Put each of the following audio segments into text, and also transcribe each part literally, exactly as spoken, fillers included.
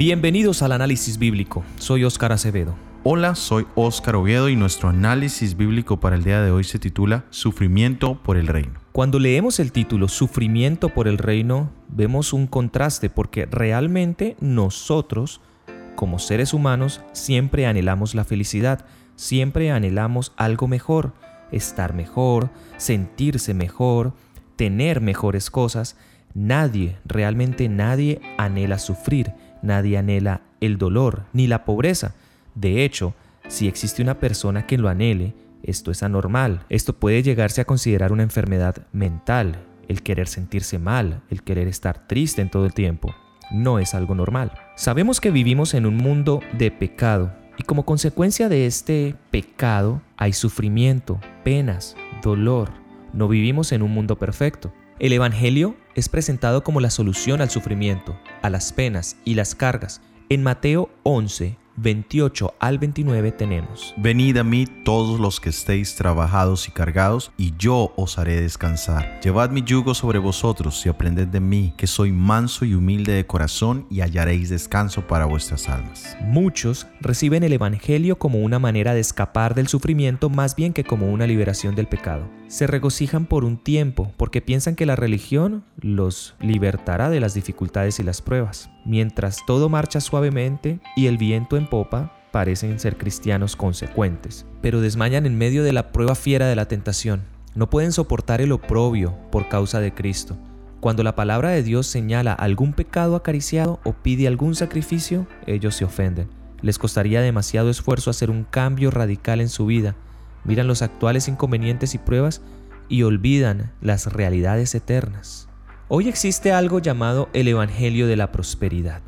Bienvenidos al Análisis Bíblico. Soy Óscar Acevedo. Hola, soy Óscar Oviedo y nuestro análisis bíblico para el día de hoy se titula Sufrimiento por el Reino. Cuando leemos el título Sufrimiento por el Reino, vemos un contraste porque realmente nosotros, como seres humanos, siempre anhelamos la felicidad, siempre anhelamos algo mejor, estar mejor, sentirse mejor, tener mejores cosas. Nadie, realmente nadie anhela sufrir, nadie anhela el dolor ni la pobreza. De hecho, si existe una persona que lo anhele, esto es anormal. Esto puede llegarse a considerar una enfermedad mental, el querer sentirse mal, el querer estar triste en todo el tiempo. No es algo normal. Sabemos que vivimos en un mundo de pecado y como consecuencia de este pecado hay sufrimiento, penas, dolor. No vivimos en un mundo perfecto. El Evangelio es presentado como la solución al sufrimiento, a las penas y las cargas. En Mateo once, veintiocho al veintinueve tenemos: Venid a mí todos los que estéis trabajados y cargados, y yo os haré descansar. Llevad mi yugo sobre vosotros y aprended de mí, que soy manso y humilde de corazón, y hallaréis descanso para vuestras almas. Muchos reciben el Evangelio como una manera de escapar del sufrimiento más bien que como una liberación del pecado. Se regocijan por un tiempo porque piensan que la religión los libertará de las dificultades y las pruebas. Mientras todo marcha suavemente y el viento en popa, parecen ser cristianos consecuentes, pero desmayan en medio de la prueba fiera de la tentación. No pueden soportar el oprobio por causa de Cristo. Cuando la palabra de Dios señala algún pecado acariciado o pide algún sacrificio, ellos se ofenden. Les costaría demasiado esfuerzo hacer un cambio radical en su vida. Miran los actuales inconvenientes y pruebas y olvidan las realidades eternas. Hoy existe algo llamado el Evangelio de la Prosperidad.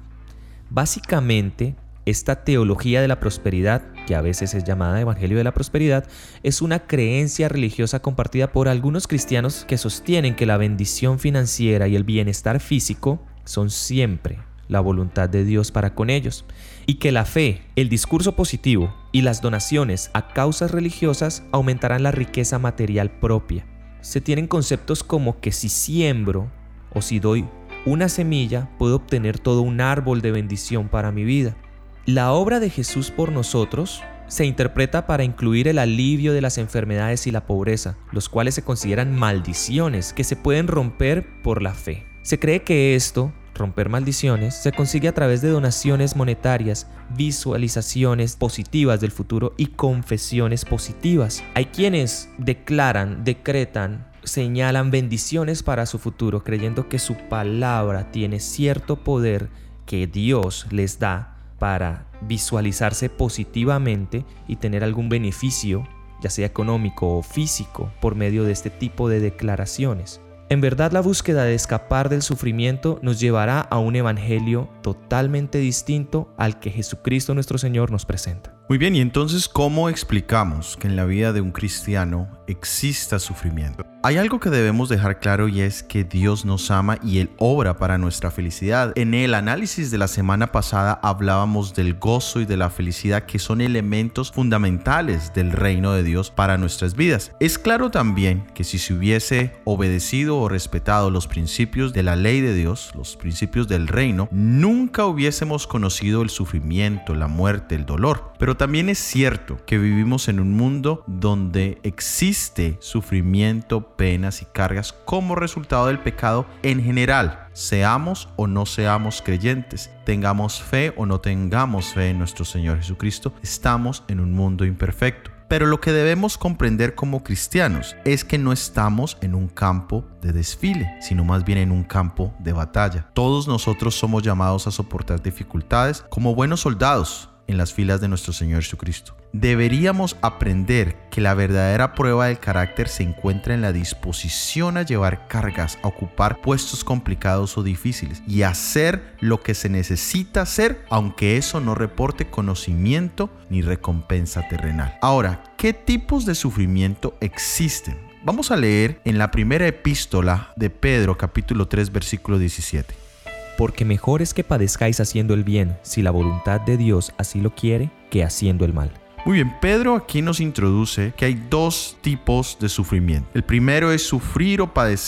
Básicamente, esta teología de la prosperidad, que a veces es llamada Evangelio de la Prosperidad, es una creencia religiosa compartida por algunos cristianos que sostienen que la bendición financiera y el bienestar físico son siempre la voluntad de Dios para con ellos, y que la fe, el discurso positivo y las donaciones a causas religiosas aumentarán la riqueza material propia. Se tienen conceptos como que si siembro o si doy una semilla, puedo obtener todo un árbol de bendición para mi vida. La obra de Jesús por nosotros se interpreta para incluir el alivio de las enfermedades y la pobreza, los cuales se consideran maldiciones que se pueden romper por la fe. Se cree que esto, romper maldiciones, se consigue a través de donaciones monetarias, visualizaciones positivas del futuro y confesiones positivas. Hay quienes declaran, decretan, señalan bendiciones para su futuro, creyendo que su palabra tiene cierto poder que Dios les da para visualizarse positivamente y tener algún beneficio, ya sea económico o físico, por medio de este tipo de declaraciones. En verdad, la búsqueda de escapar del sufrimiento nos llevará a un evangelio totalmente distinto al que Jesucristo nuestro Señor nos presenta. Muy bien, y entonces, ¿cómo explicamos que en la vida de un cristiano exista sufrimiento? Hay algo que debemos dejar claro y es que Dios nos ama y Él obra para nuestra felicidad. En el análisis de la semana pasada hablábamos del gozo y de la felicidad, que son elementos fundamentales del reino de Dios para nuestras vidas. Es claro también que si se hubiese obedecido o respetado los principios de la ley de Dios, los principios del reino, nunca hubiésemos conocido el sufrimiento, la muerte, el dolor. Pero también es cierto que vivimos en un mundo donde existe sufrimiento, penas y cargas como resultado del pecado en general. Seamos o no seamos creyentes, tengamos fe o no tengamos fe en nuestro Señor Jesucristo, estamos en un mundo imperfecto. Pero lo que debemos comprender como cristianos es que no estamos en un campo de desfile, sino más bien en un campo de batalla. Todos nosotros somos llamados a soportar dificultades como buenos soldados en las filas de nuestro Señor Jesucristo. Deberíamos aprender que la verdadera prueba del carácter se encuentra en la disposición a llevar cargas, a ocupar puestos complicados o difíciles y hacer lo que se necesita hacer, aunque eso no reporte conocimiento ni recompensa terrenal. Ahora, ¿qué tipos de sufrimiento existen? Vamos a leer en la primera epístola de Pedro, capítulo tres, versículo diecisiete. Porque mejor es que padezcáis haciendo el bien, si la voluntad de Dios así lo quiere, que haciendo el mal. Muy bien, Pedro aquí nos introduce que hay dos tipos de sufrimiento. El primero es sufrir o padecer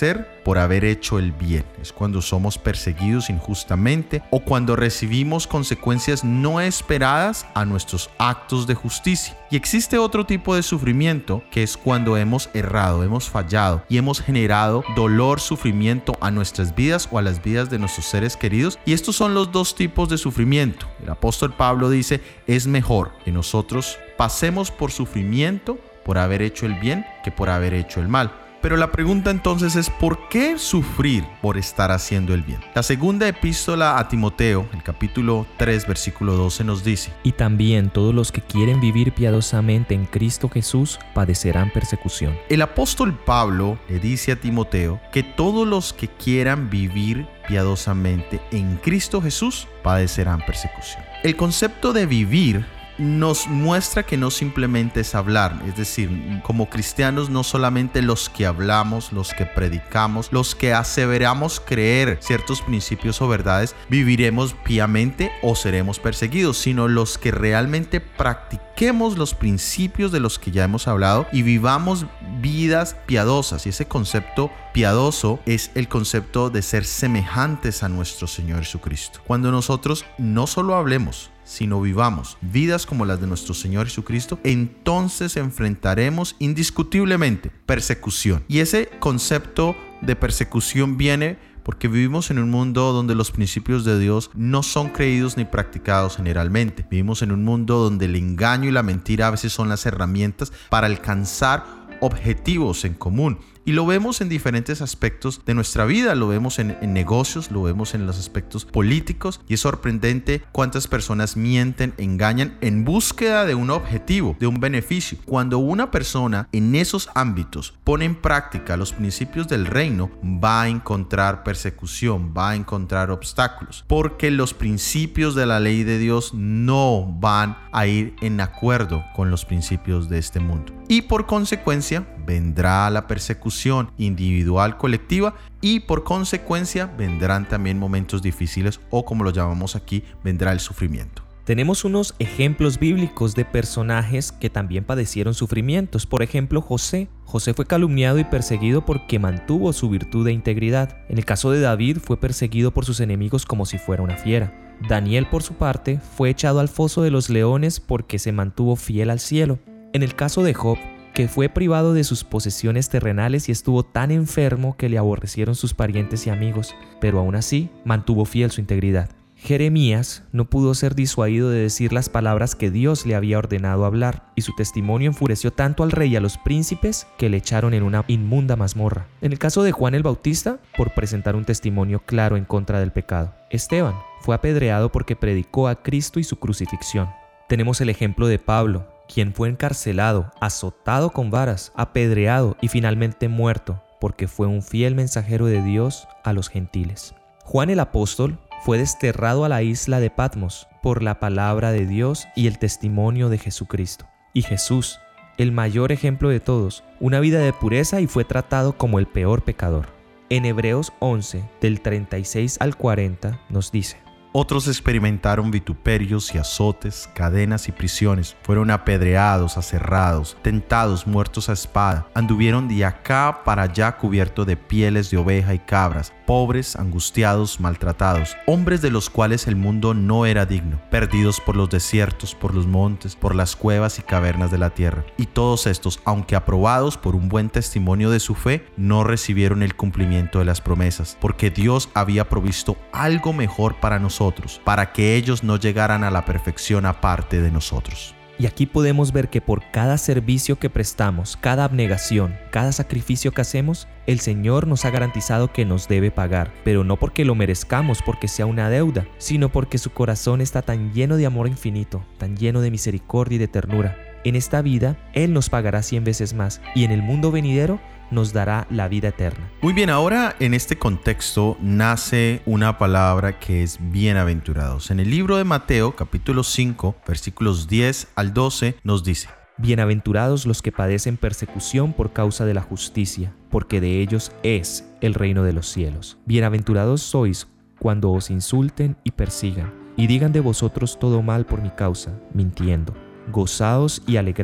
por haber hecho el bien. Es cuando somos perseguidos injustamente o cuando recibimos consecuencias no esperadas a nuestros actos de justicia. Y existe otro tipo de sufrimiento, que es cuando hemos errado, hemos fallado y hemos generado dolor, sufrimiento a nuestras vidas o a las vidas de nuestros seres queridos. Y estos son los dos tipos de sufrimiento. El apóstol Pablo dice, es mejor que nosotros pasemos por sufrimiento por haber hecho el bien que por haber hecho el mal. Pero la pregunta entonces es, ¿por qué sufrir por estar haciendo el bien? La segunda epístola a Timoteo, el capítulo tres, versículo doce, nos dice: y también todos los que quieren vivir piadosamente en Cristo Jesús padecerán persecución. El apóstol Pablo le dice a Timoteo que todos los que quieran vivir piadosamente en Cristo Jesús padecerán persecución. El concepto de vivir nos muestra que no simplemente es hablar, es decir, como cristianos no solamente los que hablamos, los que predicamos, los que aseveramos creer ciertos principios o verdades, viviremos piamente o seremos perseguidos, sino los que realmente practiquemos los principios de los que ya hemos hablado y vivamos vidas piadosas. Y ese concepto piadoso es el concepto de ser semejantes a nuestro Señor Jesucristo. Cuando nosotros no solo hablemos, sino vivamos vidas como las de nuestro Señor Jesucristo, entonces enfrentaremos indiscutiblemente persecución. Y ese concepto de persecución viene porque vivimos en un mundo donde los principios de Dios no son creídos ni practicados generalmente. Vivimos en un mundo donde el engaño y la mentira a veces son las herramientas para alcanzar objetivos en común. Y lo vemos en diferentes aspectos de nuestra vida, lo vemos en, en negocios, lo vemos en los aspectos políticos, y es sorprendente cuántas personas mienten, engañan en búsqueda de un objetivo, de un beneficio. Cuando una persona en esos ámbitos pone en práctica los principios del reino, va a encontrar persecución, va a encontrar obstáculos, porque los principios de la ley de Dios no van a ir en acuerdo con los principios de este mundo. Y por consecuencia, vendrá la persecución individual, colectiva, y por consecuencia vendrán también momentos difíciles, o como lo llamamos aquí, vendrá el sufrimiento. Tenemos unos ejemplos bíblicos de personajes que también padecieron sufrimientos. Por ejemplo, José. José fue calumniado y perseguido porque mantuvo su virtud de integridad. En el caso de David, fue perseguido por sus enemigos como si fuera una fiera. Daniel, por su parte, fue echado al foso de los leones porque se mantuvo fiel al cielo. En el caso de Job, que fue privado de sus posesiones terrenales y estuvo tan enfermo que le aborrecieron sus parientes y amigos, pero aún así mantuvo fiel su integridad. Jeremías no pudo ser disuadido de decir las palabras que Dios le había ordenado hablar, y su testimonio enfureció tanto al rey y a los príncipes que le echaron en una inmunda mazmorra. En el caso de Juan el Bautista, por presentar un testimonio claro en contra del pecado. Esteban fue apedreado porque predicó a Cristo y su crucifixión. Tenemos el ejemplo de Pablo, quien fue encarcelado, azotado con varas, apedreado y finalmente muerto, porque fue un fiel mensajero de Dios a los gentiles. Juan el apóstol fue desterrado a la isla de Patmos por la palabra de Dios y el testimonio de Jesucristo. Y Jesús, el mayor ejemplo de todos, una vida de pureza, y fue tratado como el peor pecador. En Hebreos once, del treinta y seis al cuarenta, nos dice: otros experimentaron vituperios y azotes, cadenas y prisiones. Fueron apedreados, aserrados, tentados, muertos a espada. Anduvieron de acá para allá cubiertos de pieles de oveja y cabras, pobres, angustiados, maltratados, hombres de los cuales el mundo no era digno, perdidos por los desiertos, por los montes, por las cuevas y cavernas de la tierra. Y todos estos, aunque aprobados por un buen testimonio de su fe, no recibieron el cumplimiento de las promesas, porque Dios había provisto algo mejor para nosotros, para que ellos no llegaran a la perfección aparte de nosotros. Y aquí podemos ver que por cada servicio que prestamos, cada abnegación, cada sacrificio que hacemos, el Señor nos ha garantizado que nos debe pagar, pero no porque lo merezcamos, porque sea una deuda, sino porque su corazón está tan lleno de amor infinito, tan lleno de misericordia y de ternura. En esta vida, Él nos pagará cien veces más, y en el mundo venidero nos dará la vida eterna. Muy bien, ahora en este contexto nace una palabra que es bienaventurados. En el libro de Mateo, capítulo cinco, versículos diez al doce, nos dice: bienaventurados los que padecen persecución por causa de la justicia, porque de ellos es el reino de los cielos. Bienaventurados sois cuando os insulten y persigan, y digan de vosotros todo mal por mi causa, mintiendo. Gozaos y alegraos,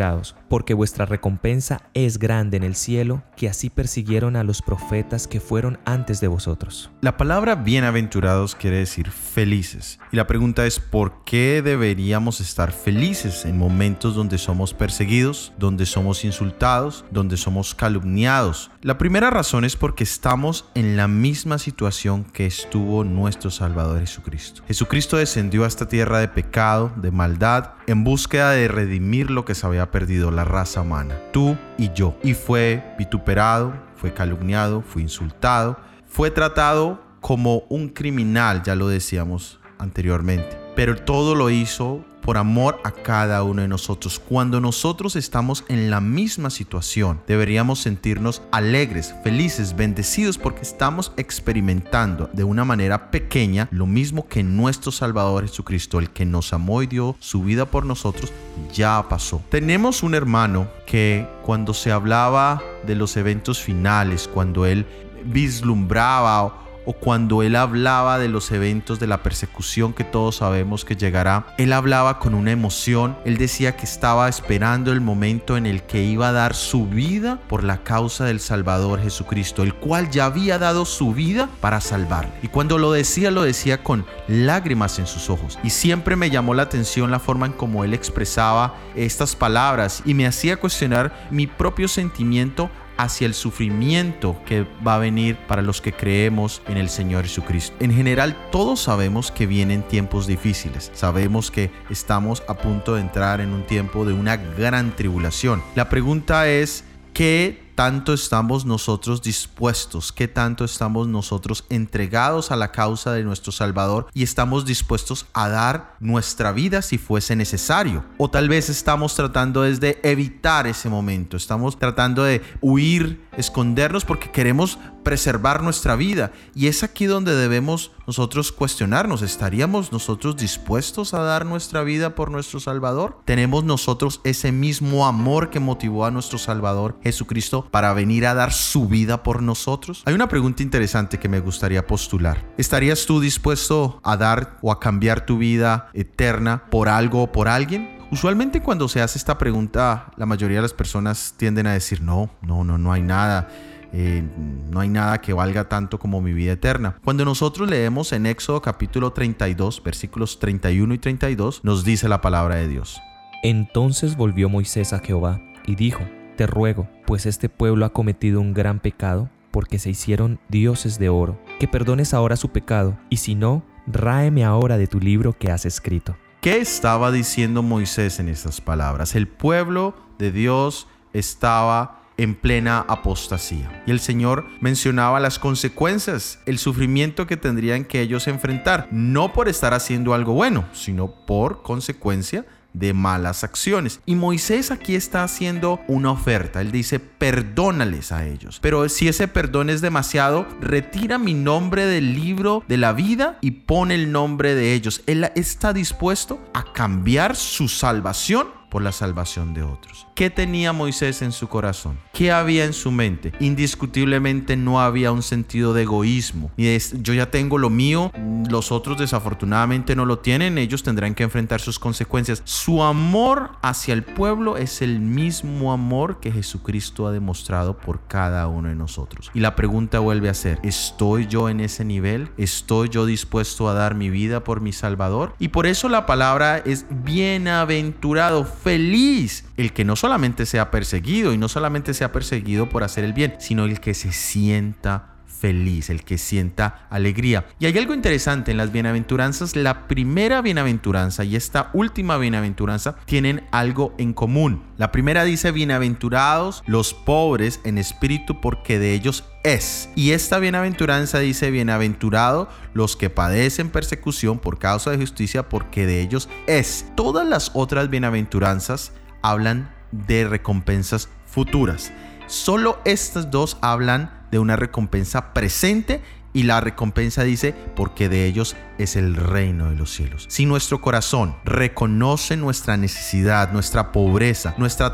porque vuestra recompensa es grande en el cielo, que así persiguieron a los profetas que fueron antes de vosotros. La palabra bienaventurados quiere decir felices. Y la pregunta es, ¿por qué deberíamos estar felices en momentos donde somos perseguidos, donde somos insultados, donde somos calumniados? La primera razón es porque estamos en la misma situación que estuvo nuestro Salvador Jesucristo. Jesucristo descendió a esta tierra de pecado, de maldad, en búsqueda de redimir lo que se había perdido, la raza humana, tú y yo. Y fue vituperado, fue calumniado, fue insultado, fue tratado como un criminal, ya lo decíamos anteriormente. Pero todo lo hizo por amor a cada uno de nosotros. Cuando nosotros estamos en la misma situación, deberíamos sentirnos alegres, felices, bendecidos, porque estamos experimentando de una manera pequeña lo mismo que nuestro Salvador Jesucristo, el que nos amó y dio su vida por nosotros, ya pasó. Tenemos un hermano que cuando se hablaba de los eventos finales, cuando él vislumbraba o o cuando él hablaba de los eventos de la persecución que todos sabemos que llegará, él hablaba con una emoción. Él decía que estaba esperando el momento en el que iba a dar su vida por la causa del Salvador Jesucristo, el cual ya había dado su vida para salvarle. Y cuando lo decía, lo decía con lágrimas en sus ojos. Y siempre me llamó la atención la forma en cómo él expresaba estas palabras y me hacía cuestionar mi propio sentimiento hacia el sufrimiento que va a venir para los que creemos en el Señor Jesucristo. En general, todos sabemos que vienen tiempos difíciles. Sabemos que estamos a punto de entrar en un tiempo de una gran tribulación. La pregunta es, ¿qué tanto estamos nosotros dispuestos? ¿Qué tanto estamos nosotros entregados a la causa de nuestro Salvador y estamos dispuestos a dar nuestra vida si fuese necesario? O tal vez estamos tratando desde evitar ese momento, estamos tratando de huir, escondernos porque queremos preservar nuestra vida. Y es aquí donde debemos nosotros cuestionarnos. ¿Estaríamos nosotros dispuestos a dar nuestra vida por nuestro Salvador? ¿Tenemos nosotros ese mismo amor que motivó a nuestro Salvador Jesucristo para venir a dar su vida por nosotros? Hay una pregunta interesante que me gustaría postular. ¿Estarías tú dispuesto a dar o a cambiar tu vida eterna por algo o por alguien? Usualmente cuando se hace esta pregunta, la mayoría de las personas tienden a decir no, no, no, no hay nada. Eh, no hay nada que valga tanto como mi vida eterna. Cuando nosotros leemos en Éxodo capítulo treinta y dos, versículos treinta y uno y treinta y dos, nos dice la palabra de Dios. Entonces volvió Moisés a Jehová y dijo: Te ruego, pues este pueblo ha cometido un gran pecado, porque se hicieron dioses de oro, que perdones ahora su pecado, y si no, ráeme ahora de tu libro que has escrito. ¿Qué estaba diciendo Moisés en estas palabras? El pueblo de Dios estaba en plena apostasía. Y el Señor mencionaba las consecuencias, el sufrimiento que tendrían que ellos enfrentar, no por estar haciendo algo bueno, sino por consecuencia de malas acciones. Y Moisés aquí está haciendo una oferta. Él dice: perdónales a ellos. Pero si ese perdón es demasiado, retira mi nombre del libro de la vida y pone el nombre de ellos. Él está dispuesto a cambiar su salvación por la salvación de otros. ¿Qué tenía Moisés en su corazón? ¿Qué había en su mente? Indiscutiblemente no había un sentido de egoísmo. Y es, yo ya tengo lo mío, los otros desafortunadamente no lo tienen, ellos tendrán que enfrentar sus consecuencias. Su amor hacia el pueblo es el mismo amor que Jesucristo ha demostrado por cada uno de nosotros. Y la pregunta vuelve a ser: ¿estoy yo en ese nivel? ¿Estoy yo dispuesto a dar mi vida por mi Salvador? Y por eso la palabra es bienaventurado, feliz, el que no solamente sea perseguido, y no solamente sea perseguido por hacer el bien, sino el que se sienta feliz, el que sienta alegría. Y hay algo interesante en las bienaventuranzas. La primera bienaventuranza y esta última bienaventuranza tienen algo en común. La primera dice: bienaventurados los pobres en espíritu, porque de ellos es. Y esta bienaventuranza dice: bienaventurados los que padecen persecución por causa de justicia, porque de ellos es. Todas las otras bienaventuranzas hablan de recompensas futuras. Solo estas dos hablan de una recompensa presente, y la recompensa dice: porque de ellos es el reino de los cielos. Si nuestro corazón reconoce nuestra necesidad, nuestra pobreza, nuestra total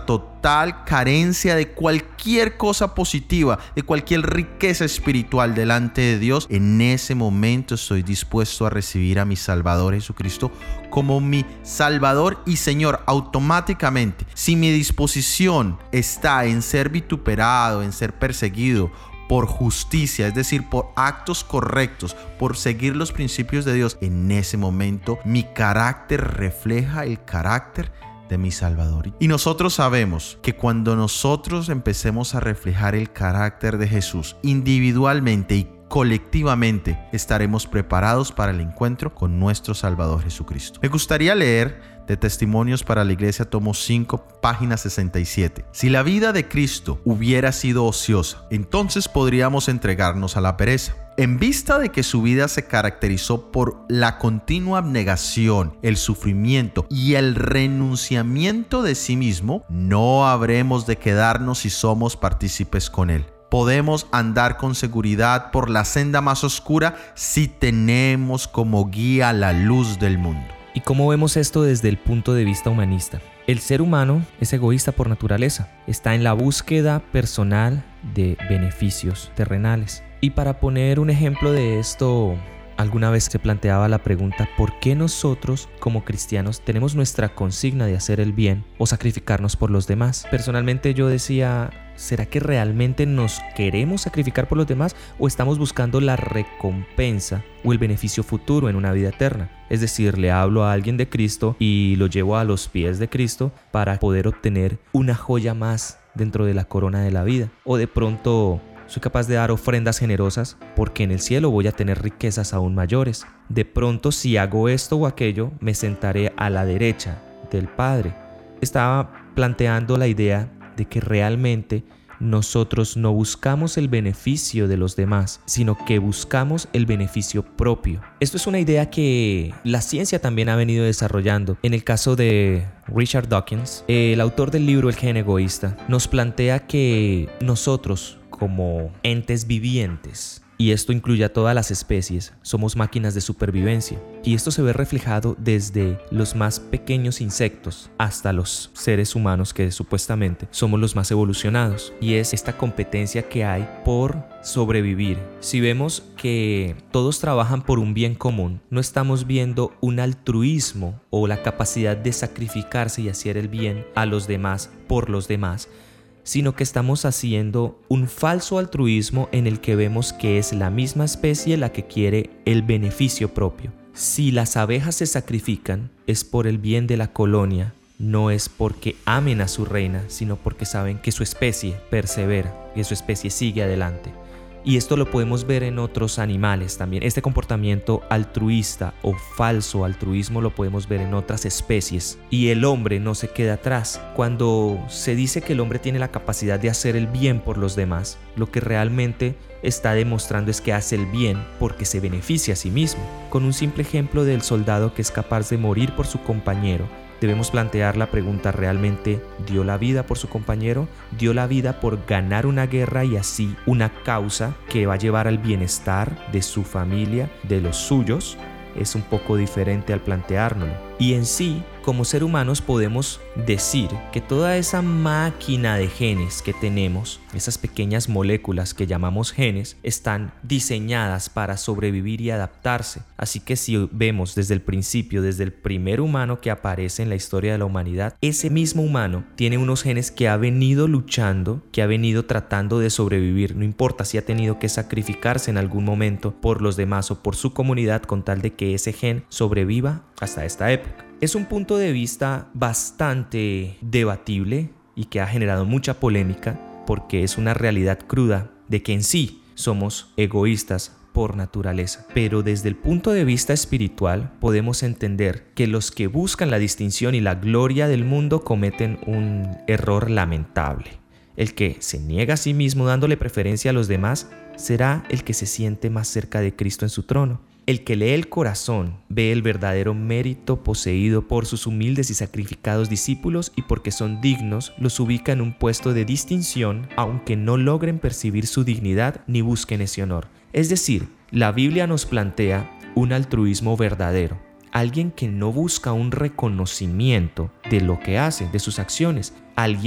total carencia de cualquier cosa positiva, de cualquier riqueza espiritual delante de Dios, en ese momento estoy dispuesto a recibir a mi Salvador Jesucristo como mi Salvador y Señor automáticamente. Si mi disposición está en ser vituperado, en ser perseguido por justicia, es decir, por actos correctos, por seguir los principios de Dios, en ese momento mi carácter refleja el carácter de mi Salvador. Y nosotros sabemos que cuando nosotros empecemos a reflejar el carácter de Jesús individualmente y colectivamente, estaremos preparados para el encuentro con nuestro Salvador Jesucristo. Me gustaría leer de Testimonios para la Iglesia, tomo cinco, página sesenta y siete. Si la vida de Cristo hubiera sido ociosa, entonces podríamos entregarnos a la pereza. En vista de que su vida se caracterizó por la continua abnegación, el sufrimiento y el renunciamiento de sí mismo, no habremos de quedarnos si somos partícipes con Él. Podemos andar con seguridad por la senda más oscura si tenemos como guía la luz del mundo. ¿Y cómo vemos esto desde el punto de vista humanista? El ser humano es egoísta por naturaleza, está en la búsqueda personal de beneficios terrenales. Y para poner un ejemplo de esto, alguna vez se planteaba la pregunta: ¿por qué nosotros como cristianos tenemos nuestra consigna de hacer el bien o sacrificarnos por los demás? Personalmente yo decía, ¿será que realmente nos queremos sacrificar por los demás o estamos buscando la recompensa o el beneficio futuro en una vida eterna? Es decir, le hablo a alguien de Cristo y lo llevo a los pies de Cristo para poder obtener una joya más dentro de la corona de la vida. O de pronto soy capaz de dar ofrendas generosas porque en el cielo voy a tener riquezas aún mayores. De pronto, si hago esto o aquello, me sentaré a la derecha del Padre. Estaba planteando la idea de que realmente nosotros no buscamos el beneficio de los demás, sino que buscamos el beneficio propio. Esto es una idea que la ciencia también ha venido desarrollando. En el caso de Richard Dawkins, el autor del libro El gen egoísta, nos plantea que nosotros, como entes vivientes, y esto incluye a todas las especies, somos máquinas de supervivencia. Y esto se ve reflejado desde los más pequeños insectos hasta los seres humanos, que supuestamente somos los más evolucionados. Y es esta competencia que hay por sobrevivir. Si vemos que todos trabajan por un bien común, no estamos viendo un altruismo o la capacidad de sacrificarse y hacer el bien a los demás por los demás, sino que estamos haciendo un falso altruismo en el que vemos que es la misma especie la que quiere el beneficio propio. Si las abejas se sacrifican, es por el bien de la colonia, no es porque amen a su reina, sino porque saben que su especie persevera, que su especie sigue adelante. Y esto lo podemos ver en otros animales también. Este comportamiento altruista o falso altruismo lo podemos ver en otras especies. Y el hombre no se queda atrás. Cuando se dice que el hombre tiene la capacidad de hacer el bien por los demás, lo que realmente está demostrando es que hace el bien porque se beneficia a sí mismo. Con un simple ejemplo del soldado que es capaz de morir por su compañero, debemos plantear la pregunta: ¿realmente dio la vida por su compañero? ¿Dio la vida por ganar una guerra y así una causa que va a llevar al bienestar de su familia, de los suyos? Es un poco diferente al planteárnoslo. Y en sí, como ser humanos podemos decir que toda esa máquina de genes que tenemos, esas pequeñas moléculas que llamamos genes, están diseñadas para sobrevivir y adaptarse. Así que si vemos desde el principio, desde el primer humano que aparece en la historia de la humanidad, ese mismo humano tiene unos genes que ha venido luchando, que ha venido tratando de sobrevivir. No importa si ha tenido que sacrificarse en algún momento por los demás o por su comunidad con tal de que ese gen sobreviva hasta esta época. Es un punto de vista bastante debatible y que ha generado mucha polémica porque es una realidad cruda de que en sí somos egoístas por naturaleza. Pero desde el punto de vista espiritual podemos entender que los que buscan la distinción y la gloria del mundo cometen un error lamentable. El que se niega a sí mismo dándole preferencia a los demás será el que se siente más cerca de Cristo en su trono. El que lee el corazón ve el verdadero mérito poseído por sus humildes y sacrificados discípulos, y porque son dignos los ubica en un puesto de distinción, aunque no logren percibir su dignidad ni busquen ese honor. Es decir, la Biblia nos plantea un altruismo verdadero, alguien que no busca un reconocimiento de lo que hace, de sus acciones, alguien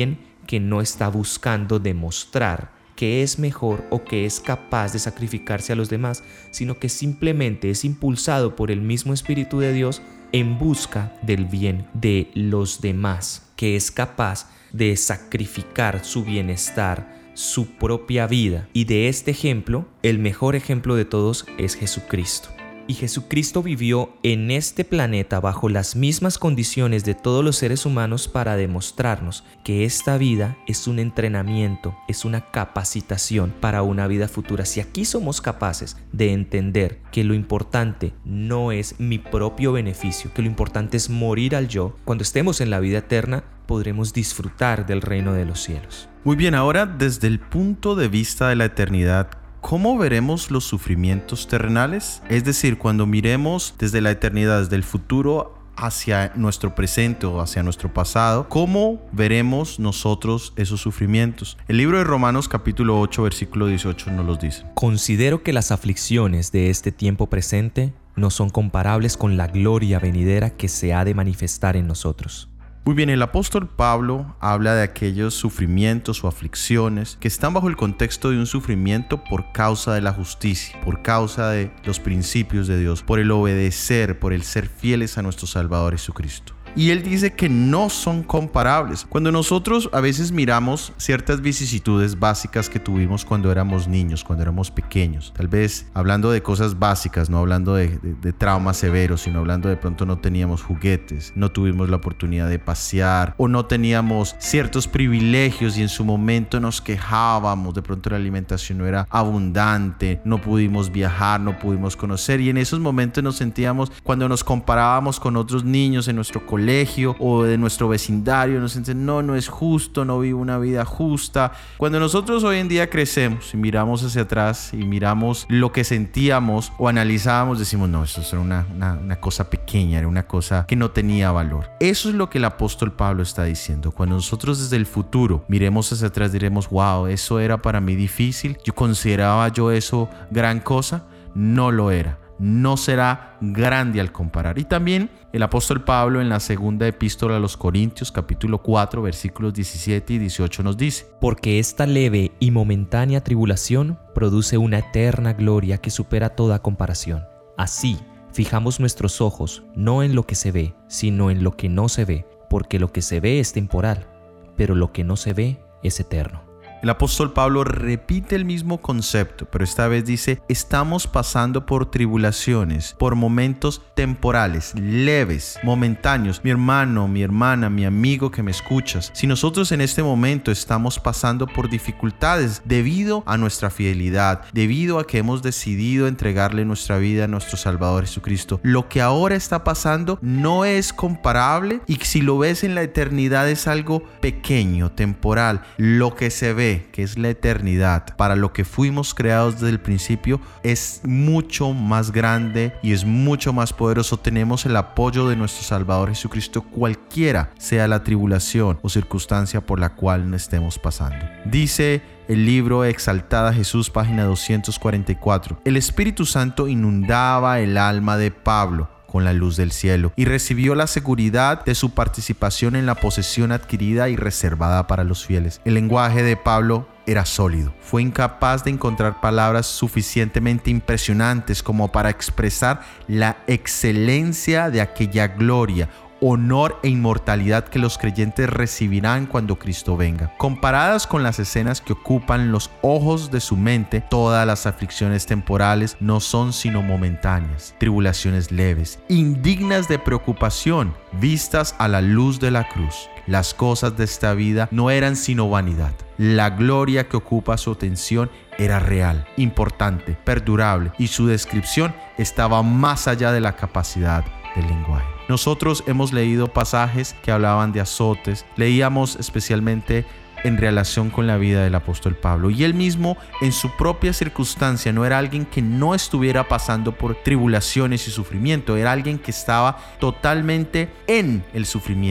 que no está buscando demostrar que es mejor o que es capaz de sacrificarse a los demás, sino que simplemente es impulsado por el mismo Espíritu de Dios en busca del bien de los demás, que es capaz de sacrificar su bienestar, su propia vida. Y de este ejemplo, el mejor ejemplo de todos es Jesucristo. Y Jesucristo vivió en este planeta bajo las mismas condiciones de todos los seres humanos para demostrarnos que esta vida es un entrenamiento, es una capacitación para una vida futura. Si aquí somos capaces de entender que lo importante no es mi propio beneficio, que lo importante es morir al yo, cuando estemos en la vida eterna podremos disfrutar del reino de los cielos. Muy bien, ahora desde el punto de vista de la eternidad, ¿cómo veremos los sufrimientos terrenales? Es decir, cuando miremos desde la eternidad, desde el futuro hacia nuestro presente o hacia nuestro pasado, ¿cómo veremos nosotros esos sufrimientos? El libro de Romanos capítulo ocho versículo dieciocho nos los dice. Considero que las aflicciones de este tiempo presente no son comparables con la gloria venidera que se ha de manifestar en nosotros. Muy bien, el apóstol Pablo habla de aquellos sufrimientos o aflicciones que están bajo el contexto de un sufrimiento por causa de la justicia, por causa de los principios de Dios, por el obedecer, por el ser fieles a nuestro Salvador Jesucristo. Y él dice que no son comparables. Cuando nosotros a veces miramos ciertas vicisitudes básicas que tuvimos cuando éramos niños, cuando éramos pequeños, tal vez hablando de cosas básicas, no hablando de, de, de traumas severos, sino hablando de pronto no teníamos juguetes, no tuvimos la oportunidad de pasear o no teníamos ciertos privilegios y en su momento nos quejábamos, de pronto la alimentación no era abundante, no pudimos viajar, no pudimos conocer, y en esos momentos nos sentíamos, cuando nos comparábamos con otros niños en nuestro colegio colegio o de nuestro vecindario, nos dicen no, no es justo, no vivo una vida justa. Cuando nosotros hoy en día crecemos y miramos hacia atrás y miramos lo que sentíamos o analizábamos, decimos no, esto era una, una, una cosa pequeña, era una cosa que no tenía valor. Eso es lo que el apóstol Pablo está diciendo. Cuando nosotros desde el futuro miremos hacia atrás, diremos wow, eso era para mí difícil, yo consideraba yo eso gran cosa. No lo era. No será grande al comparar. Y también el apóstol Pablo en la segunda epístola a los Corintios capítulo cuatro versículos diecisiete y dieciocho nos dice: porque esta leve y momentánea tribulación produce una eterna gloria que supera toda comparación. Así fijamos nuestros ojos no en lo que se ve, sino en lo que no se ve, porque lo que se ve es temporal, pero lo que no se ve es eterno. El apóstol Pablo repite el mismo concepto, pero esta vez dice: estamos pasando por tribulaciones, por momentos temporales, leves, momentáneos. Mi hermano, mi hermana, mi amigo que me escuchas, si nosotros en este momento estamos pasando por dificultades debido a nuestra fidelidad, debido a que hemos decidido entregarle nuestra vida a nuestro Salvador Jesucristo, lo que ahora está pasando no es comparable, y si lo ves en la eternidad es algo pequeño, temporal. Lo que se ve, que es la eternidad, para lo que fuimos creados desde el principio, es mucho más grande y es mucho más poderoso. Tenemos el apoyo de nuestro Salvador Jesucristo, cualquiera sea la tribulación o circunstancia por la cual estemos pasando. Dice el libro Exaltada Jesús, página doscientos cuarenta y cuatro: el Espíritu Santo inundaba el alma de Pablo con la luz del cielo y recibió la seguridad de su participación en la posesión adquirida y reservada para los fieles. El lenguaje de Pablo era sólido. Fue incapaz de encontrar palabras suficientemente impresionantes como para expresar la excelencia de aquella gloria, honor e inmortalidad que los creyentes recibirán cuando Cristo venga. Comparadas con las escenas que ocupan los ojos de su mente, todas las aflicciones temporales no son sino momentáneas, tribulaciones leves, indignas de preocupación, vistas a la luz de la cruz. Las cosas de esta vida no eran sino vanidad. La gloria que ocupa su atención era real, importante, perdurable, y su descripción estaba más allá de la capacidad del lenguaje. Nosotros hemos leído pasajes que hablaban de azotes, leíamos especialmente en relación con la vida del apóstol Pablo, y él mismo en su propia circunstancia no era alguien que no estuviera pasando por tribulaciones y sufrimiento, era alguien que estaba totalmente en el sufrimiento.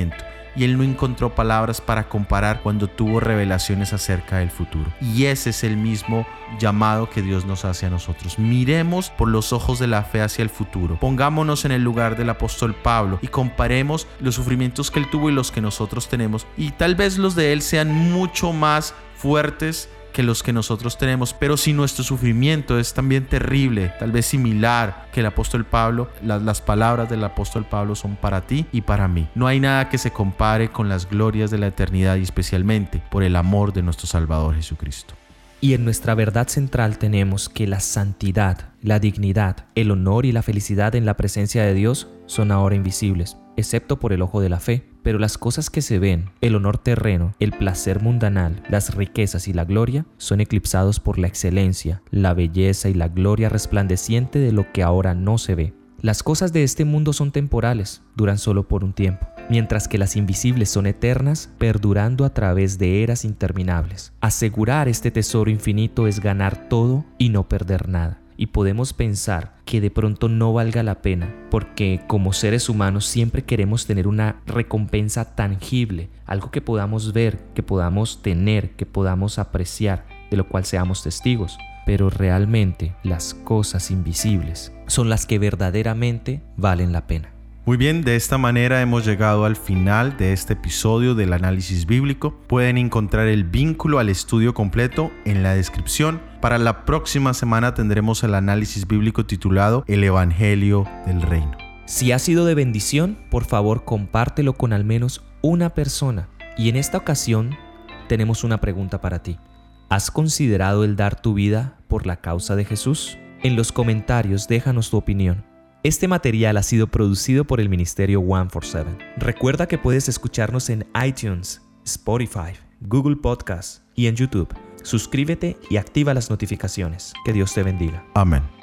y él no encontró palabras para comparar cuando tuvo revelaciones acerca del futuro. Y ese es el mismo llamado que Dios nos hace a nosotros. Miremos por los ojos de la fe hacia el futuro. Pongámonos en el lugar del apóstol Pablo y comparemos los sufrimientos que él tuvo y los que nosotros tenemos. Y tal vez los de él sean mucho más fuertes que los que nosotros tenemos, pero si nuestro sufrimiento es también terrible, tal vez similar que el apóstol Pablo, las, las palabras del apóstol Pablo son para ti y para mí. No hay nada que se compare con las glorias de la eternidad y especialmente por el amor de nuestro Salvador Jesucristo. Y en nuestra verdad central tenemos que la santidad, la dignidad, el honor y la felicidad en la presencia de Dios son ahora invisibles, excepto por el ojo de la fe. Pero las cosas que se ven, el honor terreno, el placer mundanal, las riquezas y la gloria, son eclipsados por la excelencia, la belleza y la gloria resplandeciente de lo que ahora no se ve. Las cosas de este mundo son temporales, duran solo por un tiempo, mientras que las invisibles son eternas, perdurando a través de eras interminables. Asegurar este tesoro infinito es ganar todo y no perder nada. Y podemos pensar que de pronto no valga la pena, porque como seres humanos siempre queremos tener una recompensa tangible, algo que podamos ver, que podamos tener, que podamos apreciar, de lo cual seamos testigos. Pero realmente las cosas invisibles son las que verdaderamente valen la pena. Muy bien, de esta manera hemos llegado al final de este episodio del análisis bíblico. Pueden encontrar el vínculo al estudio completo en la descripción. Para la próxima semana tendremos el análisis bíblico titulado El Evangelio del Reino. Si ha sido de bendición, por favor compártelo con al menos una persona. Y en esta ocasión tenemos una pregunta para ti. ¿Has considerado el dar tu vida por la causa de Jesús? En los comentarios déjanos tu opinión. Este material ha sido producido por el Ministerio ciento cuarenta y siete. Recuerda que puedes escucharnos en iTunes, Spotify, Google Podcasts y en YouTube. Suscríbete y activa las notificaciones. Que Dios te bendiga. Amén.